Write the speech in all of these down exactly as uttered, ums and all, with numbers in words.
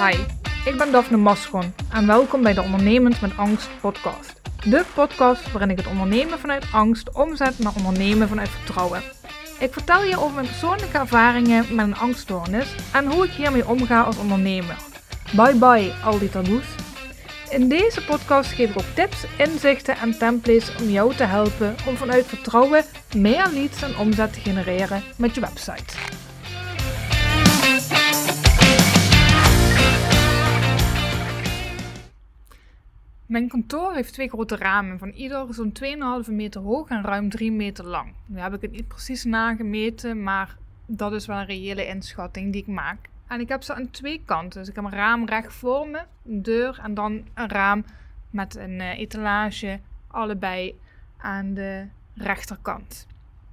Hi, ik ben Daphne Maschon en welkom bij de Ondernemend met Angst podcast. De podcast waarin ik het ondernemen vanuit angst omzet naar ondernemen vanuit vertrouwen. Ik vertel je over mijn persoonlijke ervaringen met een angststoornis en hoe ik hiermee omga als ondernemer. Bye bye al die taboes. In deze podcast geef ik ook tips, inzichten en templates om jou te helpen om vanuit vertrouwen meer leads en omzet te genereren met je website. Mijn kantoor heeft twee grote ramen van ieder zo'n twee komma vijf meter hoog en ruim drie meter lang. Nu heb ik het niet precies nagemeten, maar dat is wel een reële inschatting die ik maak. En ik heb ze aan twee kanten. Dus ik heb een raam recht voor me, een deur en dan een raam met een uh, etalage, allebei aan de rechterkant.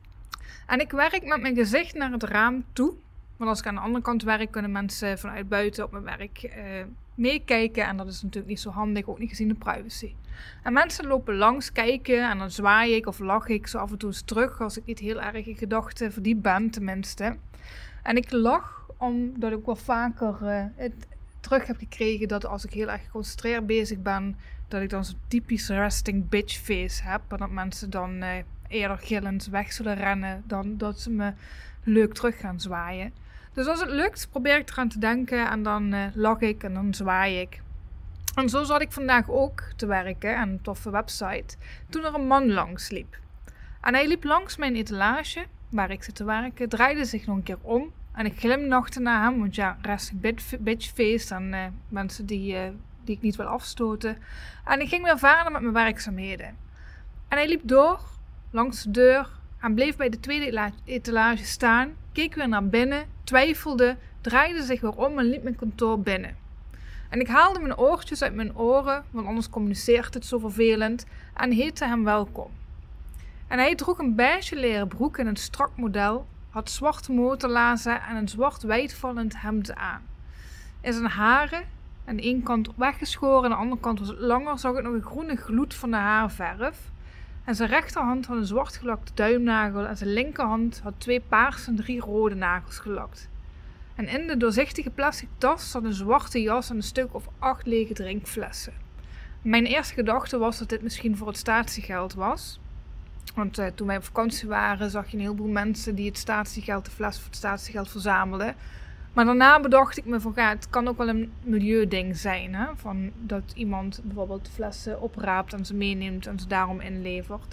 En ik werk met mijn gezicht naar het raam toe. Want als ik aan de andere kant werk, kunnen mensen vanuit buiten op mijn werk uh, meekijken. En dat is natuurlijk niet zo handig, ook niet gezien de privacy. En mensen lopen langs, kijken en dan zwaai ik of lach ik zo af en toe eens terug. Als ik niet heel erg in gedachten verdiept ben tenminste. En ik lach omdat ik wel vaker uh, het terug heb gekregen dat als ik heel erg geconcentreerd bezig ben, dat ik dan zo'n typisch resting bitch face heb. En dat mensen dan uh, eerder gillend weg zullen rennen dan dat ze me leuk terug gaan zwaaien. Dus als het lukt, probeer ik eraan te denken en dan uh, lach ik en dan zwaai ik. En zo zat ik vandaag ook te werken aan een toffe website, toen er een man langs liep. En hij liep langs mijn etalage, waar ik zit te werken, draaide zich nog een keer om en ik glimlachte naar hem, want ja, resting bitch face en uh, mensen die, uh, die ik niet wil afstoten. En ik ging weer verder met mijn werkzaamheden. En hij liep door, langs de deur, en bleef bij de tweede etalage staan, keek weer naar binnen, twijfelde, draaide zich weer om en liep mijn kantoor binnen. En ik haalde mijn oortjes uit mijn oren, want anders communiceert het zo vervelend, en heette hem welkom. En hij droeg een beige leren broek in een strak model, had zwarte motorlazen en een zwart wijdvallend hemd aan. In zijn haren, aan de ene kant weggeschoren, aan de andere kant was het langer, zag ik nog een groene gloed van de haarverf. En zijn rechterhand had een zwart gelakte duimnagel en zijn linkerhand had twee paarse en drie rode nagels gelakt. En in de doorzichtige plastic tas zat een zwarte jas en een stuk of acht lege drinkflessen. Mijn eerste gedachte was dat dit misschien voor het statiegeld was. Want uh, toen wij op vakantie waren zag je een heleboel mensen die het statiegeld, de fles voor het statiegeld verzamelden. Maar daarna bedacht ik me van ja, het kan ook wel een milieuding zijn. Hè? Van dat iemand bijvoorbeeld flessen opraapt en ze meeneemt en ze daarom inlevert.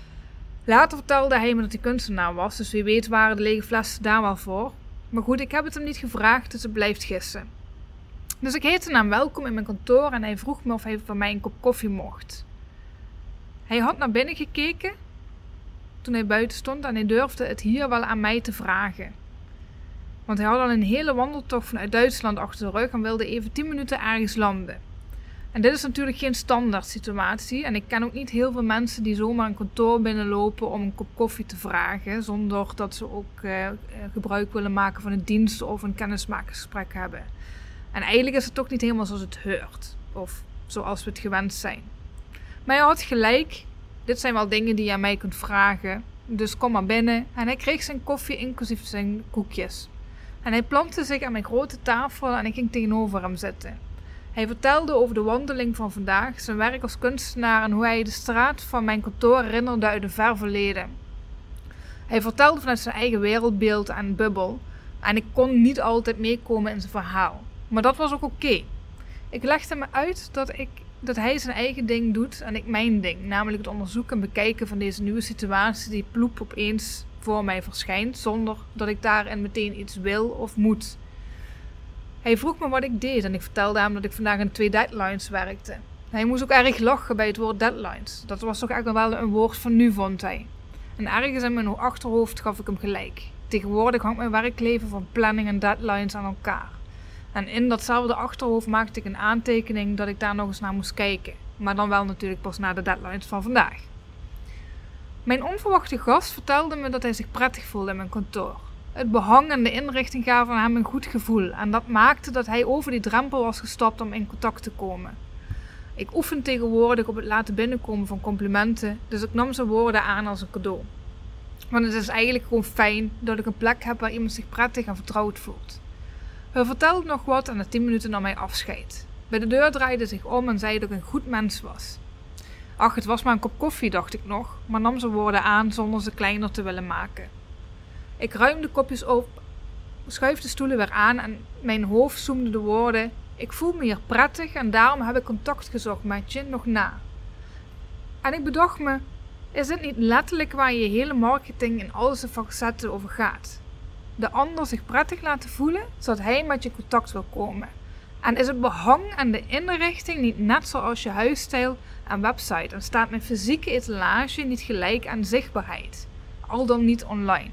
Later vertelde hij me dat hij kunstenaar was, dus wie weet waren de lege flessen daar wel voor. Maar goed, ik heb het hem niet gevraagd, dus het blijft gissen. Dus ik heette hem welkom in mijn kantoor en hij vroeg me of hij van mij een kop koffie mocht. Hij had naar binnen gekeken toen hij buiten stond en hij durfde het hier wel aan mij te vragen. Want hij had al een hele wandeltocht vanuit Duitsland achter de rug en wilde even tien minuten ergens landen. En dit is natuurlijk geen standaard situatie. En ik ken ook niet heel veel mensen die zomaar een kantoor binnenlopen om een kop koffie te vragen. Zonder dat ze ook uh, gebruik willen maken van een dienst of een kennismakingsgesprek hebben. En eigenlijk is het toch niet helemaal zoals het hoort. Of zoals we het gewend zijn. Maar hij had gelijk. Dit zijn wel dingen die je aan mij kunt vragen. Dus kom maar binnen. En hij kreeg zijn koffie inclusief zijn koekjes. En hij plantte zich aan mijn grote tafel en ik ging tegenover hem zitten. Hij vertelde over de wandeling van vandaag, zijn werk als kunstenaar en hoe hij de straat van mijn kantoor herinnerde uit een ver verleden. Hij vertelde vanuit zijn eigen wereldbeeld en bubbel en ik kon niet altijd meekomen in zijn verhaal. Maar dat was ook oké. Okay. Ik legde me uit dat, ik, dat hij zijn eigen ding doet en ik mijn ding, namelijk het onderzoeken en bekijken van deze nieuwe situatie die ploep opeens voor mij verschijnt, zonder dat ik daarin meteen iets wil of moet. Hij vroeg me wat ik deed en ik vertelde hem dat ik vandaag aan twee deadlines werkte. Hij moest ook erg lachen bij het woord deadlines. Dat was toch echt wel een woord van nu, vond hij. En ergens in mijn achterhoofd gaf ik hem gelijk. Tegenwoordig hangt mijn werkleven van planning en deadlines aan elkaar. En in datzelfde achterhoofd maakte ik een aantekening dat ik daar nog eens naar moest kijken. Maar dan wel natuurlijk pas naar de deadlines van vandaag. Mijn onverwachte gast vertelde me dat hij zich prettig voelde in mijn kantoor. Het behang en de inrichting gaven hem een goed gevoel en dat maakte dat hij over die drempel was gestapt om in contact te komen. Ik oefen tegenwoordig op het laten binnenkomen van complimenten, dus ik nam zijn woorden aan als een cadeau. Want het is eigenlijk gewoon fijn dat ik een plek heb waar iemand zich prettig en vertrouwd voelt. Hij vertelde nog wat en na tien minuten nam hij afscheid. Bij de deur draaide zich om en zei dat ik een goed mens was. Ach, het was maar een kop koffie, dacht ik nog, maar nam zijn woorden aan zonder ze kleiner te willen maken. Ik ruimde kopjes op, schuif de stoelen weer aan en mijn hoofd zoemde de woorden: ik voel me hier prettig en daarom heb ik contact gezocht met je nog na. En ik bedacht me, is dit niet letterlijk waar je hele marketing in al zijn facetten over gaat? De ander zich prettig laten voelen, zodat hij met je contact wil komen. En is het behang en de inrichting niet net zoals je huisstijl en website en staat mijn fysieke etalage niet gelijk aan zichtbaarheid, al dan niet online?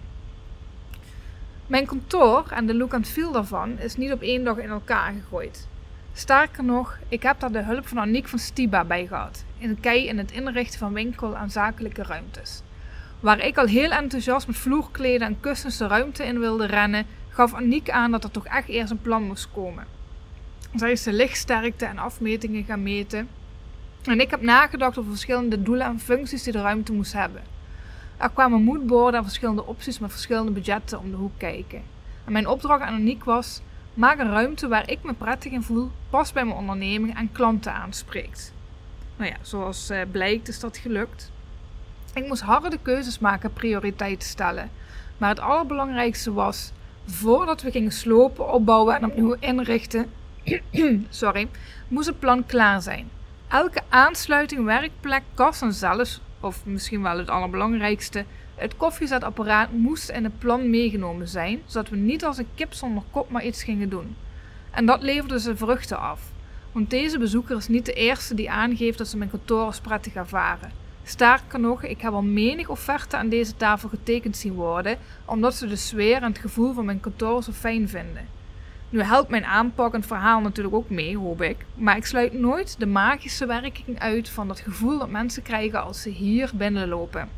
Mijn kantoor en de look en feel daarvan is niet op één dag in elkaar gegooid. Sterker nog, ik heb daar de hulp van Aniek van Stiba bij gehad, in de kei in het inrichten van winkel- en zakelijke ruimtes. Waar ik al heel enthousiast met vloerkleden en kussens de ruimte in wilde rennen, gaf Aniek aan dat er toch echt eerst een plan moest komen. Zij is de lichtsterkte en afmetingen gaan meten en ik heb nagedacht over verschillende doelen en functies die de ruimte moest hebben. Er kwamen moodboarden en verschillende opties met verschillende budgetten om de hoek kijken. En mijn opdracht aan Aniek was: maak een ruimte waar ik me prettig in voel, past bij mijn onderneming en klanten aanspreekt. Nou ja, zoals uh, blijkt is dat gelukt. Ik moest harde keuzes maken, prioriteiten stellen. Maar het allerbelangrijkste was, voordat we gingen slopen, opbouwen en opnieuw inrichten, sorry, moest het plan klaar zijn. Elke aansluiting, werkplek, kast en zelfs, of misschien wel het allerbelangrijkste, het koffiezetapparaat moest in het plan meegenomen zijn, zodat we niet als een kip zonder kop maar iets gingen doen. En dat leverde zijn vruchten af. Want deze bezoeker is niet de eerste die aangeeft dat ze mijn kantoor als prettig ervaren. Sterker nog, ik heb al menig offerte aan deze tafel getekend zien worden, omdat ze de sfeer en het gevoel van mijn kantoor zo fijn vinden. Nu helpt mijn aanpak en het verhaal natuurlijk ook mee, hoop ik, maar ik sluit nooit de magische werking uit van dat gevoel dat mensen krijgen als ze hier binnenlopen.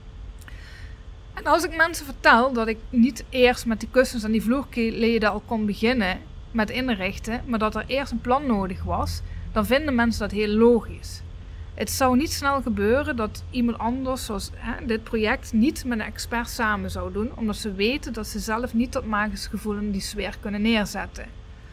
En als ik mensen vertel dat ik niet eerst met die kussens en die vloerkleden al kon beginnen met inrichten, maar dat er eerst een plan nodig was, dan vinden mensen dat heel logisch. Het zou niet snel gebeuren dat iemand anders, zoals hè, dit project, niet met een expert samen zou doen, omdat ze weten dat ze zelf niet dat magische gevoel en die sfeer kunnen neerzetten.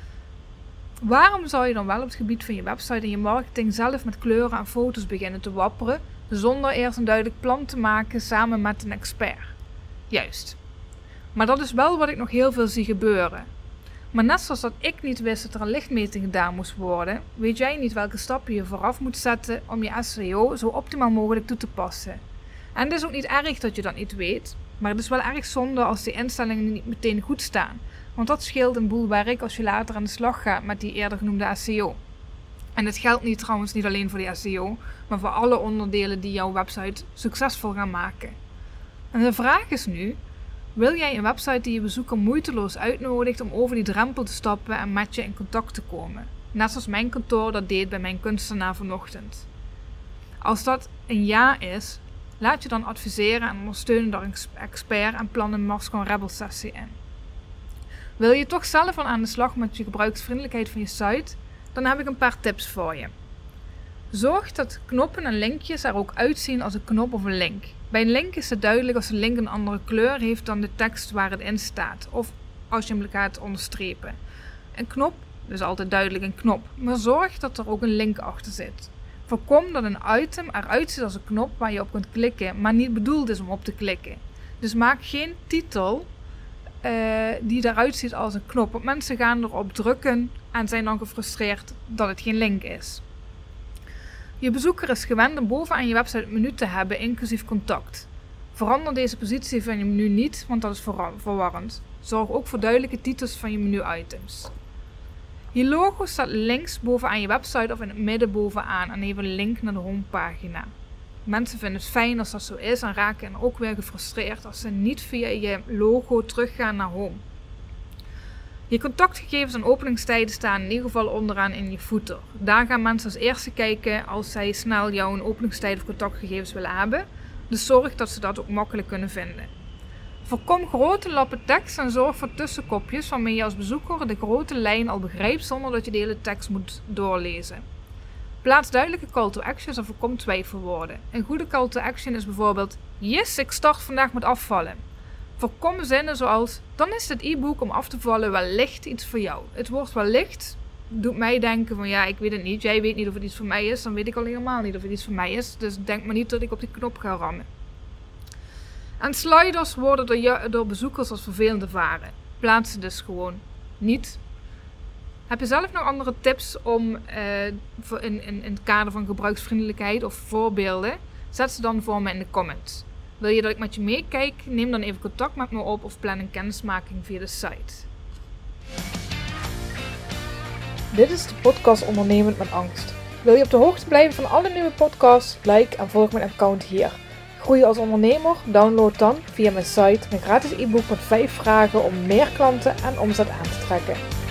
Waarom zou je dan wel op het gebied van je website en je marketing zelf met kleuren en foto's beginnen te wapperen, zonder eerst een duidelijk plan te maken samen met een expert? Juist. Maar dat is wel wat ik nog heel veel zie gebeuren. Maar net zoals dat ik niet wist dat er een lichtmeting gedaan moest worden, weet jij niet welke stappen je vooraf moet zetten om je S E O zo optimaal mogelijk toe te passen. En het is ook niet erg dat je dat niet weet, maar het is wel erg zonde als die instellingen niet meteen goed staan. Want dat scheelt een boel werk als je later aan de slag gaat met die eerder genoemde S E O. En dit geldt niet trouwens niet alleen voor die S E O, maar voor alle onderdelen die jouw website succesvol gaan maken. En de vraag is nu: wil jij een website die je bezoeker moeiteloos uitnodigt om over die drempel te stappen en met je in contact te komen? Net zoals mijn kantoor dat deed bij mijn kunstenaar vanochtend. Als dat een ja is, laat je dan adviseren en ondersteunen door een expert en plan een Marscon Rebel sessie in. Wil je toch zelf al aan de slag met je gebruiksvriendelijkheid van je site? Dan heb ik een paar tips voor je. Zorg dat knoppen en linkjes er ook uitzien als een knop of een link. Bij een link is het duidelijk als de link een andere kleur heeft dan de tekst waar het in staat, of als je hem gaat onderstrepen. Een knop is altijd duidelijk een knop, maar zorg dat er ook een link achter zit. Voorkom dat een item eruit ziet als een knop waar je op kunt klikken, maar niet bedoeld is om op te klikken. Dus maak geen titel uh, die eruit ziet als een knop, want mensen gaan erop drukken en zijn dan gefrustreerd dat het geen link is. Je bezoeker is gewend om bovenaan je website het menu te hebben, inclusief contact. Verander deze positie van je menu niet, want dat is verwarrend. Zorg ook voor duidelijke titels van je menu-items. Je logo staat links bovenaan je website of in het midden bovenaan en heeft een link naar de homepagina. Mensen vinden het fijn als dat zo is en raken ook weer gefrustreerd als ze niet via je logo teruggaan naar home. Je contactgegevens en openingstijden staan in ieder geval onderaan in je footer. Daar gaan mensen als eerste kijken als zij snel jouw openingstijden of contactgegevens willen hebben. Dus zorg dat ze dat ook makkelijk kunnen vinden. Voorkom grote lappen tekst en zorg voor tussenkopjes waarmee je als bezoeker de grote lijn al begrijpt zonder dat je de hele tekst moet doorlezen. Plaats duidelijke call to actions en voorkom twijfelwoorden. Een goede call to action is bijvoorbeeld: yes, ik start vandaag met afvallen. Voorkom zinnen zoals, dan is dit e-book om af te vallen wellicht iets voor jou. Het woord wellicht doet mij denken van ja, ik weet het niet. Jij weet niet of het iets voor mij is, dan weet ik al helemaal niet of het iets voor mij is. Dus denk maar niet dat ik op die knop ga rammen. En sliders worden door, door bezoekers als vervelend ervaren. Plaats ze dus gewoon niet. Heb je zelf nog andere tips om uh, in, in, in het kader van gebruiksvriendelijkheid of voorbeelden? Zet ze dan voor me in de comments. Wil je dat ik met je meekijk? Neem dan even contact met me op of plan een kennismaking via de site. Dit is de podcast Ondernemend met Angst. Wil je op de hoogte blijven van alle nieuwe podcasts? Like en volg mijn account hier. Groei als ondernemer? Download dan via mijn site mijn gratis e-book met vijf vragen om meer klanten en omzet aan te trekken.